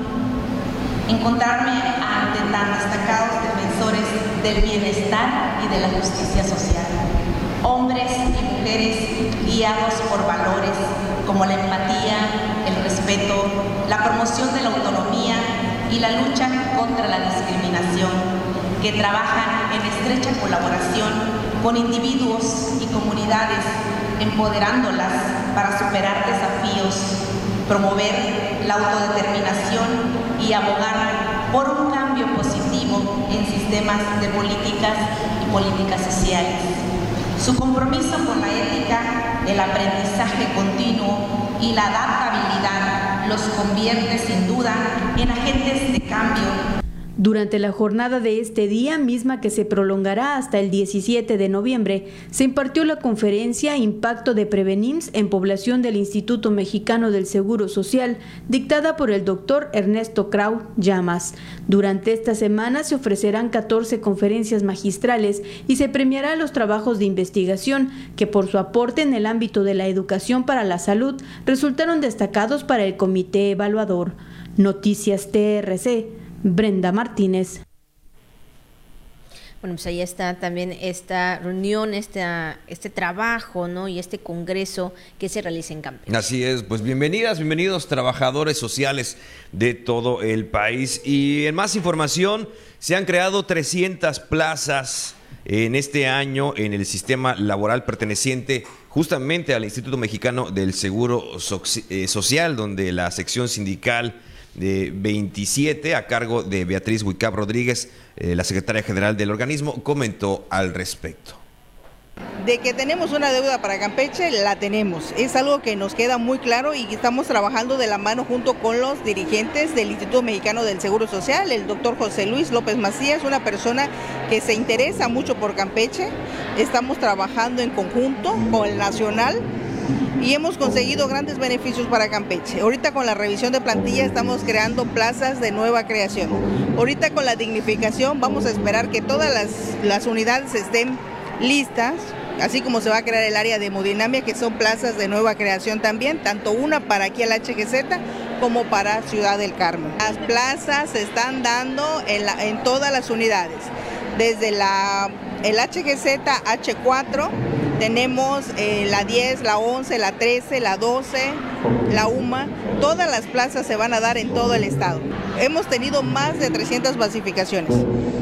encontrarme ante tan destacados defensores del bienestar y de la justicia social. Hombres y mujeres guiados por valores como la empatía, el respeto, la promoción de la autonomía y la lucha contra la discriminación, que trabajan en estrecha colaboración con individuos y comunidades, empoderándolas para superar desafíos, promover la autodeterminación y abogar por un cambio positivo en sistemas de políticas y políticas sociales. Su compromiso con la ética, el aprendizaje continuo y la adaptabilidad los convierte sin duda en agentes de cambio. Durante la jornada de este día, misma que se prolongará hasta el 17 de noviembre, se impartió la conferencia Impacto de Prevenims en Población del Instituto Mexicano del Seguro Social, dictada por el doctor Ernesto Krau Llamas. Durante esta semana se ofrecerán 14 conferencias magistrales y se premiará los trabajos de investigación que por su aporte en el ámbito de la educación para la salud resultaron destacados para el comité evaluador. Noticias TRC. Brenda Martínez. Bueno, pues ahí está también esta reunión, este trabajo, ¿no? Y este congreso que se realiza en Campeche. Así es, pues bienvenidas, bienvenidos trabajadores sociales de todo el país. Y en más información, se han creado 300 plazas en este año en el sistema laboral perteneciente justamente al Instituto Mexicano del Seguro Social, donde la sección sindical de 27 a cargo de Beatriz Huicap Rodríguez, la secretaria general del organismo, comentó al respecto. De que tenemos una deuda para Campeche, la tenemos. Es algo que nos queda muy claro y estamos trabajando de la mano junto con los dirigentes del Instituto Mexicano del Seguro Social, el doctor José Luis López Macías, una persona que se interesa mucho por Campeche. Estamos trabajando en conjunto con el Nacional y hemos conseguido grandes beneficios para Campeche. Ahorita con la revisión de plantilla estamos creando plazas de nueva creación. Ahorita con la dignificación vamos a esperar que todas las unidades estén listas, así como se va a crear el área de hemodinamia, que son plazas de nueva creación también, tanto una para aquí al HGZ como para Ciudad del Carmen. Las plazas se están dando en todas las unidades, desde el HGZ H4, tenemos la 10, la 11, la 13, la 12, la UMA, todas las plazas se van a dar en todo el estado. Hemos tenido más de 300 basificaciones.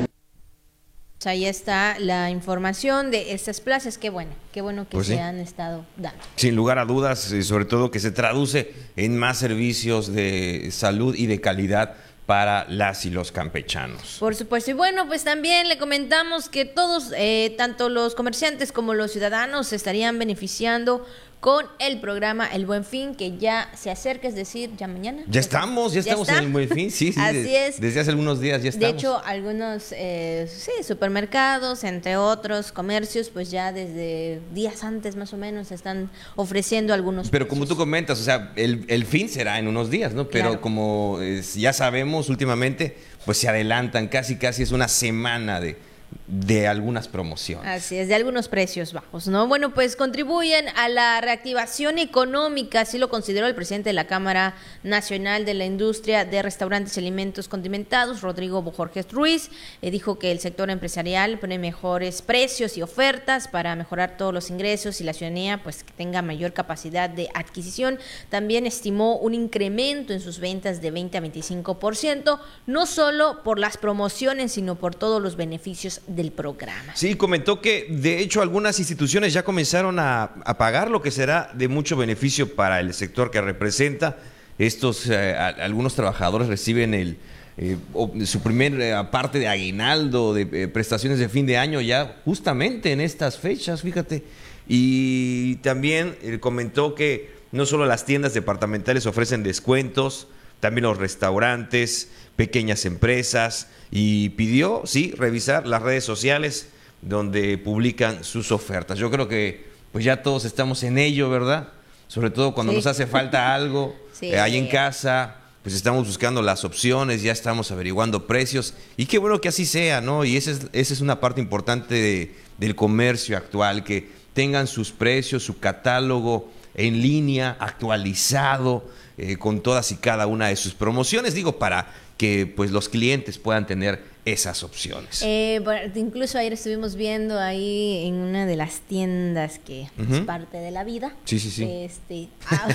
Ahí está la información de estas plazas, qué bueno que pues se han estado dando. Sin lugar a dudas, sobre todo que se traduce en más servicios de salud y de calidad para las y los campechanos. Por supuesto. Y bueno, pues también le comentamos que todos, tanto los comerciantes como los ciudadanos, se estarían beneficiando con el programa El Buen Fin, que ya se acerca, es decir, ya mañana. Ya estamos en el Buen Fin, sí. Así es. Desde hace algunos días ya estamos. De hecho, algunos supermercados, entre otros comercios, pues ya desde días antes más o menos están ofreciendo algunos Pero precios. como tú comentas, o sea, el fin será en unos días, ¿no? Pero claro, como ya sabemos últimamente, pues se adelantan, casi es una semana de algunas promociones. Así es, de algunos precios bajos, ¿no? Bueno, pues contribuyen a la reactivación económica, así lo consideró el presidente de la Cámara Nacional de la Industria de Restaurantes y Alimentos Condimentados, Rodrigo Bojorquez Ruiz. Dijo que el sector empresarial pone mejores precios y ofertas para mejorar todos los ingresos y la ciudadanía pues que tenga mayor capacidad de adquisición. También estimó un incremento en sus ventas de 20 a 25%, no solo por las promociones, sino por todos los beneficios del programa. Sí, comentó que de hecho algunas instituciones ya comenzaron a pagar, lo que será de mucho beneficio para el sector que representa. Algunos trabajadores reciben su primer parte de aguinaldo, de prestaciones de fin de año ya justamente en estas fechas, fíjate. Y también comentó que no solo las tiendas departamentales ofrecen descuentos, también los restaurantes, pequeñas empresas, y pidió, sí, revisar las redes sociales donde publican sus ofertas. Yo creo que pues ya todos estamos en ello, ¿verdad? Sobre todo cuando nos hace falta algo ahí en casa, pues estamos buscando las opciones, ya estamos averiguando precios, y qué bueno que así sea, ¿no? Y esa es una parte importante del comercio actual, que tengan sus precios, su catálogo en línea, actualizado, con todas y cada una de sus promociones, digo, para que pues los clientes puedan tener esas opciones. Incluso ayer estuvimos viendo ahí en una de las tiendas que es parte de la vida. Sí. Sí.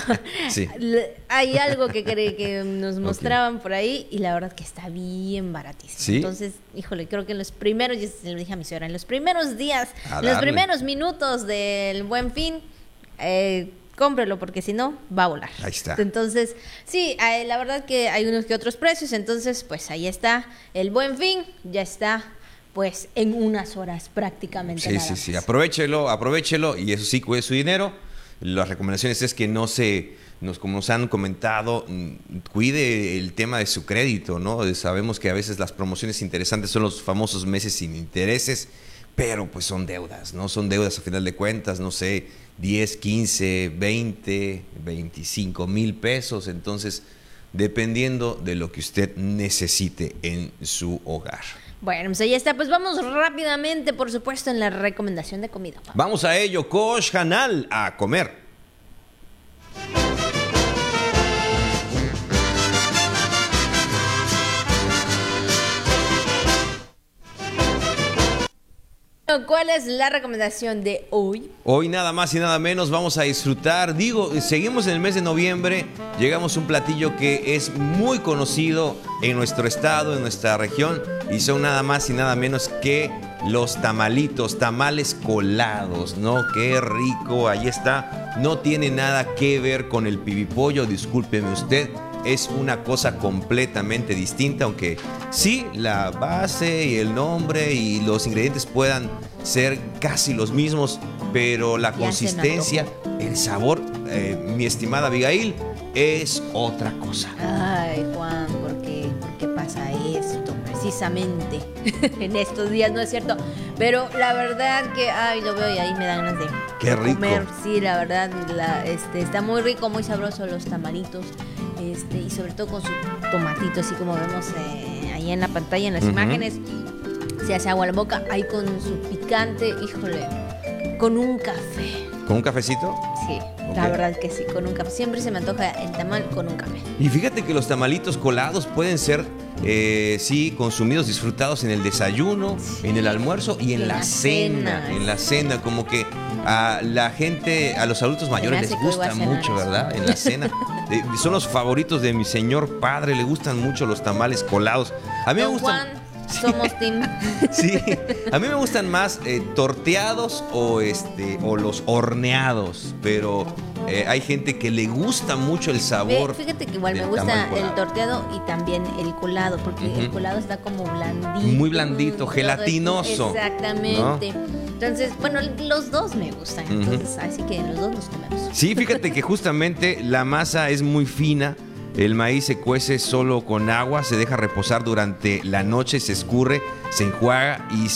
Hay algo que nos mostraban por ahí y la verdad que está bien baratísimo. ¿Sí? Entonces, híjole, creo que en los primeros, yo se lo dije a mi suegra, en los primeros días, en los primeros minutos del Buen Fin, cómprelo porque si no va a volar. Ahí está. Entonces, sí, la verdad que hay unos que otros precios, entonces pues ahí está el Buen Fin, ya está pues en unas horas prácticamente. Sí, aprovechelo y eso sí, cuide su dinero. Las recomendaciones es que como nos han comentado, cuide el tema de su crédito, ¿no? Sabemos que a veces las promociones interesantes son los famosos meses sin intereses, pero pues son deudas, ¿no? Son deudas a final de cuentas, no sé, 10, 15, 20, 25 mil pesos. Entonces, dependiendo de lo que usted necesite en su hogar. Bueno, pues ahí está. Pues vamos rápidamente, por supuesto, en la recomendación de comida. Vamos a ello, Kosh Hanal, a comer. ¿Cuál es la recomendación de hoy? Hoy nada más y nada menos vamos a disfrutar, seguimos en el mes de noviembre, llegamos a un platillo que es muy conocido en nuestro estado, en nuestra región, y son nada más y nada menos que los tamalitos, tamales colados, ¿no? Qué rico, ahí está, no tiene nada que ver con el pibipollo, discúlpeme usted. Es una cosa completamente distinta, aunque sí, la base y el nombre y los ingredientes puedan ser casi los mismos, pero la consistencia, el sabor, mi estimada Abigail, es otra cosa. Ay, Juan, ¿por qué pasa esto? Precisamente en estos días, ¿no es cierto? Pero la verdad que, lo veo y ahí me dan ganas de qué rico comer. Sí, la verdad, está muy rico, muy sabroso los tamalitos. Y sobre todo con su tomatito, así como vemos ahí en la pantalla, en las imágenes, se hace agua a la boca, ahí con su picante, híjole, con un café. ¿Con un cafecito? Sí, la verdad que sí, con un café. Siempre se me antoja el tamal con un café. Y fíjate que los tamalitos colados pueden ser, consumidos, disfrutados en el desayuno, en el almuerzo y en la cena. En la cena, como que a la gente, a los adultos mayores les gusta mucho, ¿verdad? En la cena. Son los favoritos de mi señor padre, le gustan mucho los tamales colados. A mí me gustan. Somos team. Sí, a mí me gustan más torteados o los horneados, pero hay gente que le gusta mucho el sabor. Fíjate que igual me gusta el torteado y también el colado, porque el colado está como blandito. Muy blandito, gelatinoso. Exactamente. ¿No? Entonces, bueno, los dos me gustan, entonces así que los dos nos comemos. Sí, fíjate que justamente la masa es muy fina. El maíz se cuece solo con agua, se deja reposar durante la noche, se escurre, se enjuaga y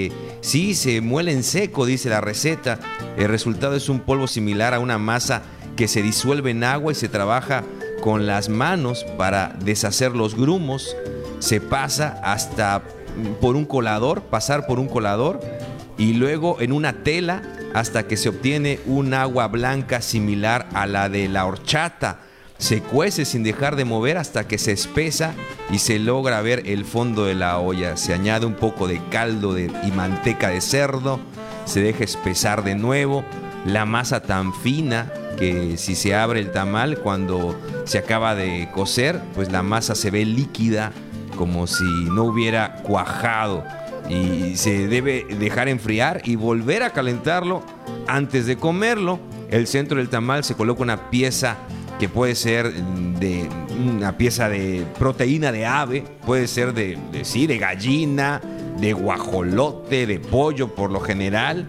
se muele en seco, dice la receta. El resultado es un polvo similar a una masa que se disuelve en agua y se trabaja con las manos para deshacer los grumos. Se pasa pasar por un colador y luego en una tela hasta que se obtiene un agua blanca similar a la de la horchata. Se cuece sin dejar de mover hasta que se espesa y se logra ver el fondo de la olla. Se añade un poco de caldo y manteca de cerdo, se deja espesar de nuevo. La masa tan fina que si se abre el tamal cuando se acaba de cocer, pues la masa se ve líquida como si no hubiera cuajado. Y se debe dejar enfriar y volver a calentarlo antes de comerlo. El centro del tamal se coloca una pieza que puede ser una pieza de proteína de ave, puede ser de gallina, de guajolote, de pollo por lo general.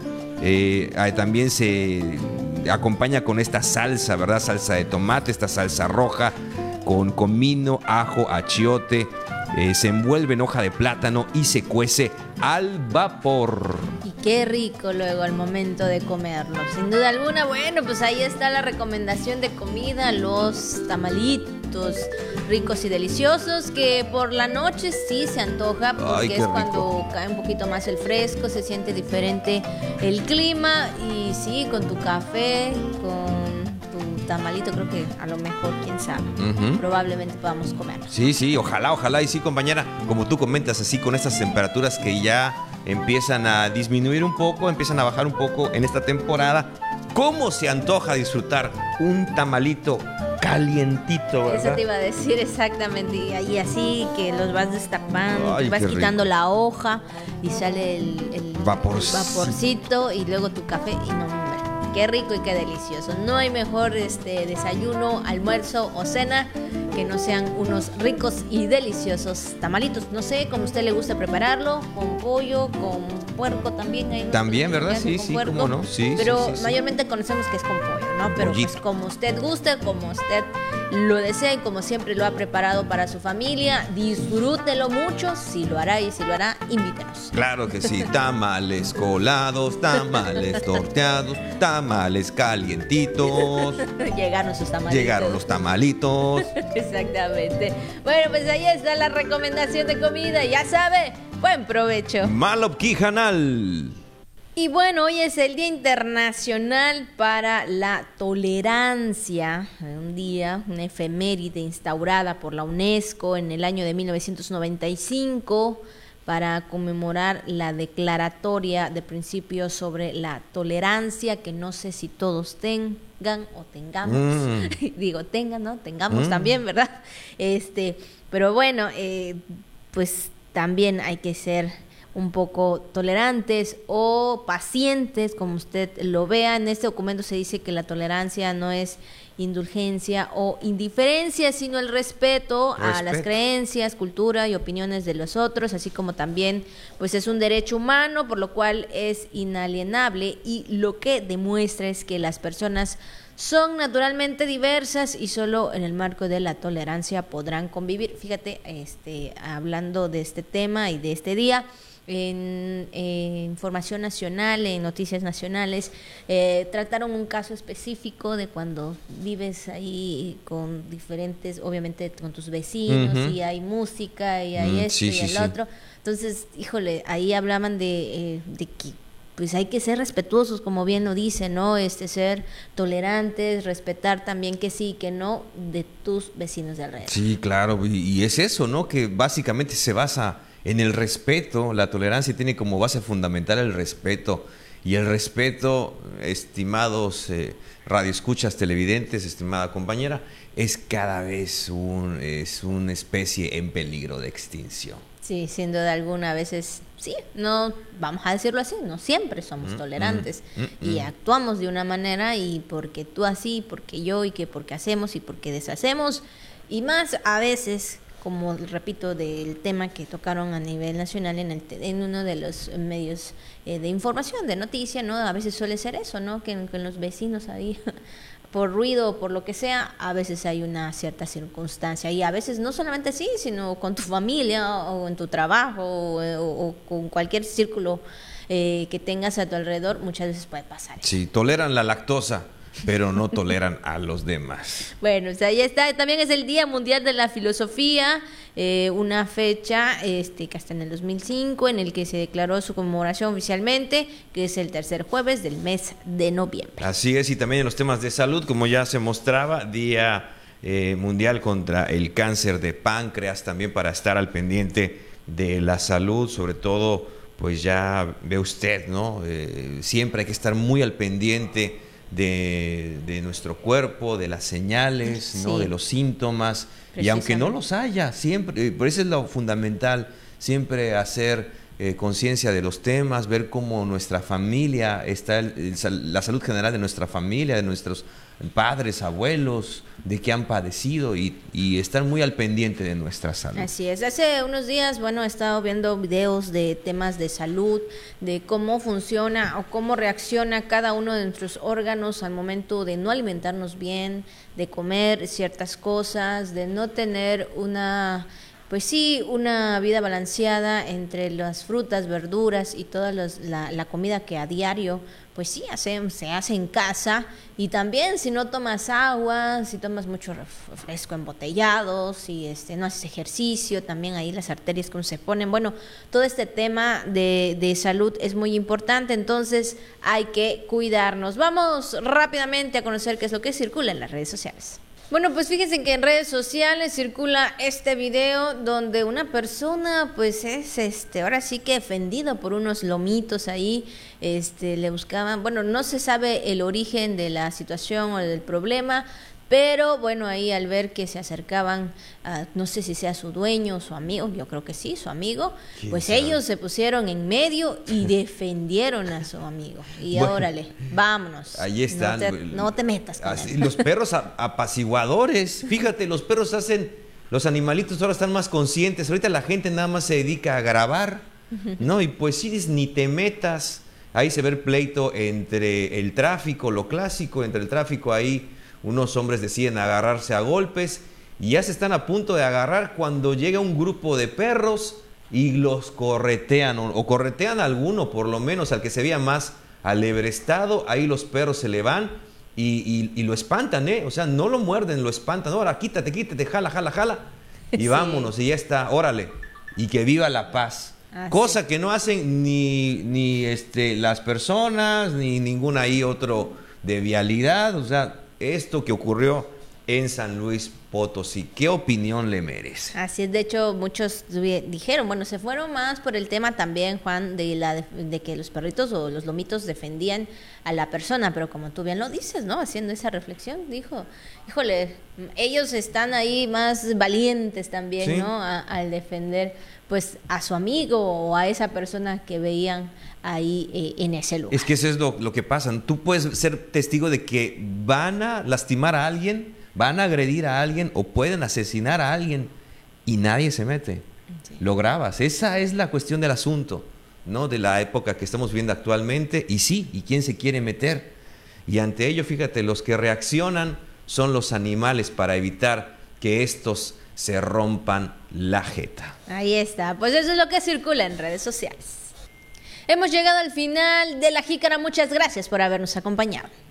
También se acompaña con esta salsa, ¿verdad? Salsa de tomate, esta salsa roja con comino, ajo, achiote. Se envuelve en hoja de plátano y se cuece al vapor. Y qué rico luego al momento de comerlo. Sin duda alguna, bueno, pues ahí está la recomendación de comida, los tamalitos ricos y deliciosos, que por la noche sí se antoja, porque es cuando cae un poquito más el fresco, se siente diferente el clima, y sí, con tu café, con tamalito, creo que a lo mejor, quién sabe, probablemente podamos comer. Sí, ojalá, y sí, compañera, como tú comentas, así con estas temperaturas que ya empiezan a disminuir un poco, empiezan a bajar un poco en esta temporada, ¿cómo se antoja disfrutar un tamalito calientito, verdad? Eso te iba a decir exactamente, y así que los vas destapando, vas quitando rico. La hoja y sale el vaporcito y luego tu café y no. Qué rico y qué delicioso. No hay mejor desayuno, almuerzo o cena que no sean unos ricos y deliciosos tamalitos. No sé cómo a usted le gusta prepararlo, con pollo, con puerco también. También, ¿verdad? Sí, cómo no. Sí, pero mayormente conocemos que es con pollo, ¿no? Pero pues como usted guste, como usted lo desea y como siempre lo ha preparado para su familia, disfrútelo mucho. Si lo hará y si lo hará, invítenos. Claro que sí. Tamales colados, tamales torteados, tamales calientitos. Llegaron los tamalitos. Exactamente. Bueno, pues ahí está la recomendación de comida. Ya sabe, buen provecho. Malopki Hanal. Y bueno, hoy es el Día Internacional para la Tolerancia, un día, una efeméride instaurada por la UNESCO en el año de 1995 para conmemorar la declaratoria de principios sobre la tolerancia, que no sé si todos tengan o tengamos, digo tengan, ¿no? Tengamos también, ¿verdad? Pero bueno, pues también hay que ser un poco tolerantes o pacientes, como usted lo vea. En este documento se dice que la tolerancia no es indulgencia o indiferencia, sino el respeto a las creencias, cultura y opiniones de los otros, así como también pues es un derecho humano, por lo cual es inalienable, y lo que demuestra es que las personas son naturalmente diversas y solo en el marco de la tolerancia podrán convivir. Fíjate, hablando de este tema y de este día, en Información Nacional, en Noticias Nacionales, trataron un caso específico de cuando vives ahí con diferentes, obviamente con tus vecinos, y hay música y hay y el otro. Entonces, híjole, ahí hablaban de que pues hay que ser respetuosos, como bien lo dice, ¿no? Ser tolerantes, respetar también que sí, que no, de tus vecinos de alrededor. Sí, claro, y es eso, ¿no? Que básicamente se basa en el respeto. La tolerancia tiene como base fundamental el respeto. Y el respeto, estimados radioescuchas, televidentes, estimada compañera, es cada vez una especie en peligro de extinción. Sí, sin duda alguna, a veces sí, no, vamos a decirlo así, no siempre somos tolerantes y actuamos de una manera y porque tú así, porque yo y que porque hacemos y porque deshacemos y más a veces, como repito, del tema que tocaron a nivel nacional en uno de los medios de información, de noticia, ¿no? A veces suele ser eso, ¿no? Que los vecinos ahí por ruido o por lo que sea, a veces hay una cierta circunstancia y a veces no solamente así, sino con tu familia o en tu trabajo o con cualquier círculo que tengas a tu alrededor, muchas veces puede pasar. Sí, toleran la lactosa, pero no toleran a los demás. Bueno, o sea, ya está. También es el Día Mundial de la Filosofía, una fecha que hasta en el 2005, en el que se declaró su conmemoración oficialmente, que es el tercer jueves del mes de noviembre. Así es, y también en los temas de salud, como ya se mostraba, Día Mundial contra el Cáncer de Páncreas, también para estar al pendiente de la salud, sobre todo, pues ya ve usted, ¿no? Siempre hay que estar muy al pendiente de nuestro cuerpo, de las señales, ¿no? De los síntomas, y aunque no los haya, siempre, por eso es lo fundamental, siempre hacer conciencia de los temas, ver cómo nuestra familia está, la salud general de nuestra familia, de nuestros padres, abuelos, de qué han padecido y estar muy al pendiente de nuestra salud. Así es. Hace unos días, bueno, he estado viendo videos de temas de salud, de cómo funciona o cómo reacciona cada uno de nuestros órganos al momento de no alimentarnos bien, de comer ciertas cosas, de no tener una vida balanceada entre las frutas, verduras y toda la comida que a diario, pues sí, se hace en casa. Y también si no tomas agua, si tomas mucho refresco embotellado, si no haces ejercicio, también ahí las arterias como se ponen. Bueno, todo este tema de salud es muy importante, entonces hay que cuidarnos. Vamos rápidamente a conocer qué es lo que circula en las redes sociales. Bueno, pues fíjense que en redes sociales circula este video donde una persona pues es ahora sí que ofendido por unos lomitos ahí, le buscaban, bueno, no se sabe el origen de la situación o del problema, pero bueno, ahí al ver que se acercaban, no sé si sea su dueño o su amigo, yo creo que sí, su amigo, pues sabe? Ellos se pusieron en medio y defendieron a su amigo. Y bueno, órale, vámonos. Ahí están. No te metas con así, los perros apaciguadores. Fíjate, los perros los animalitos ahora están más conscientes. Ahorita la gente nada más se dedica a grabar, ¿no? Y pues sí, ni te metas. Ahí se ve el pleito entre el tráfico, lo clásico, entre el tráfico ahí. Unos hombres deciden agarrarse a golpes y ya se están a punto de agarrar cuando llega un grupo de perros y los corretean o corretean a alguno, por lo menos al que se veía más alebrestado. Ahí los perros se le van y lo espantan, o sea, no lo muerden, lo espantan. Ahora quítate, jala y vámonos, y ya está, órale, y que viva la paz. Cosa que no hacen ni las personas ni ningún ahí otro de vialidad. O sea, esto que ocurrió en San Luis Potosí, ¿qué opinión le merece? Así es, de hecho muchos dijeron, bueno, se fueron más por el tema también, Juan, de que los perritos o los lomitos defendían a la persona, pero como tú bien lo dices, ¿no? Haciendo esa reflexión, dijo, híjole, ellos están ahí más valientes también, ¿sí? ¿No? Al defender pues a su amigo o a esa persona que veían ahí en ese lugar. Es que eso es lo que pasa. Tú puedes ser testigo de que van a lastimar a alguien, van a agredir a alguien o pueden asesinar a alguien y nadie se mete. Sí. Lo grabas. Esa es la cuestión del asunto, ¿no? De la época que estamos viviendo actualmente. Y sí, ¿y quién se quiere meter? Y ante ello, fíjate, los que reaccionan son los animales para evitar que estos se rompan la jeta. Ahí está, pues eso es lo que circula en redes sociales. Hemos llegado al final de La Jícara, muchas gracias por habernos acompañado.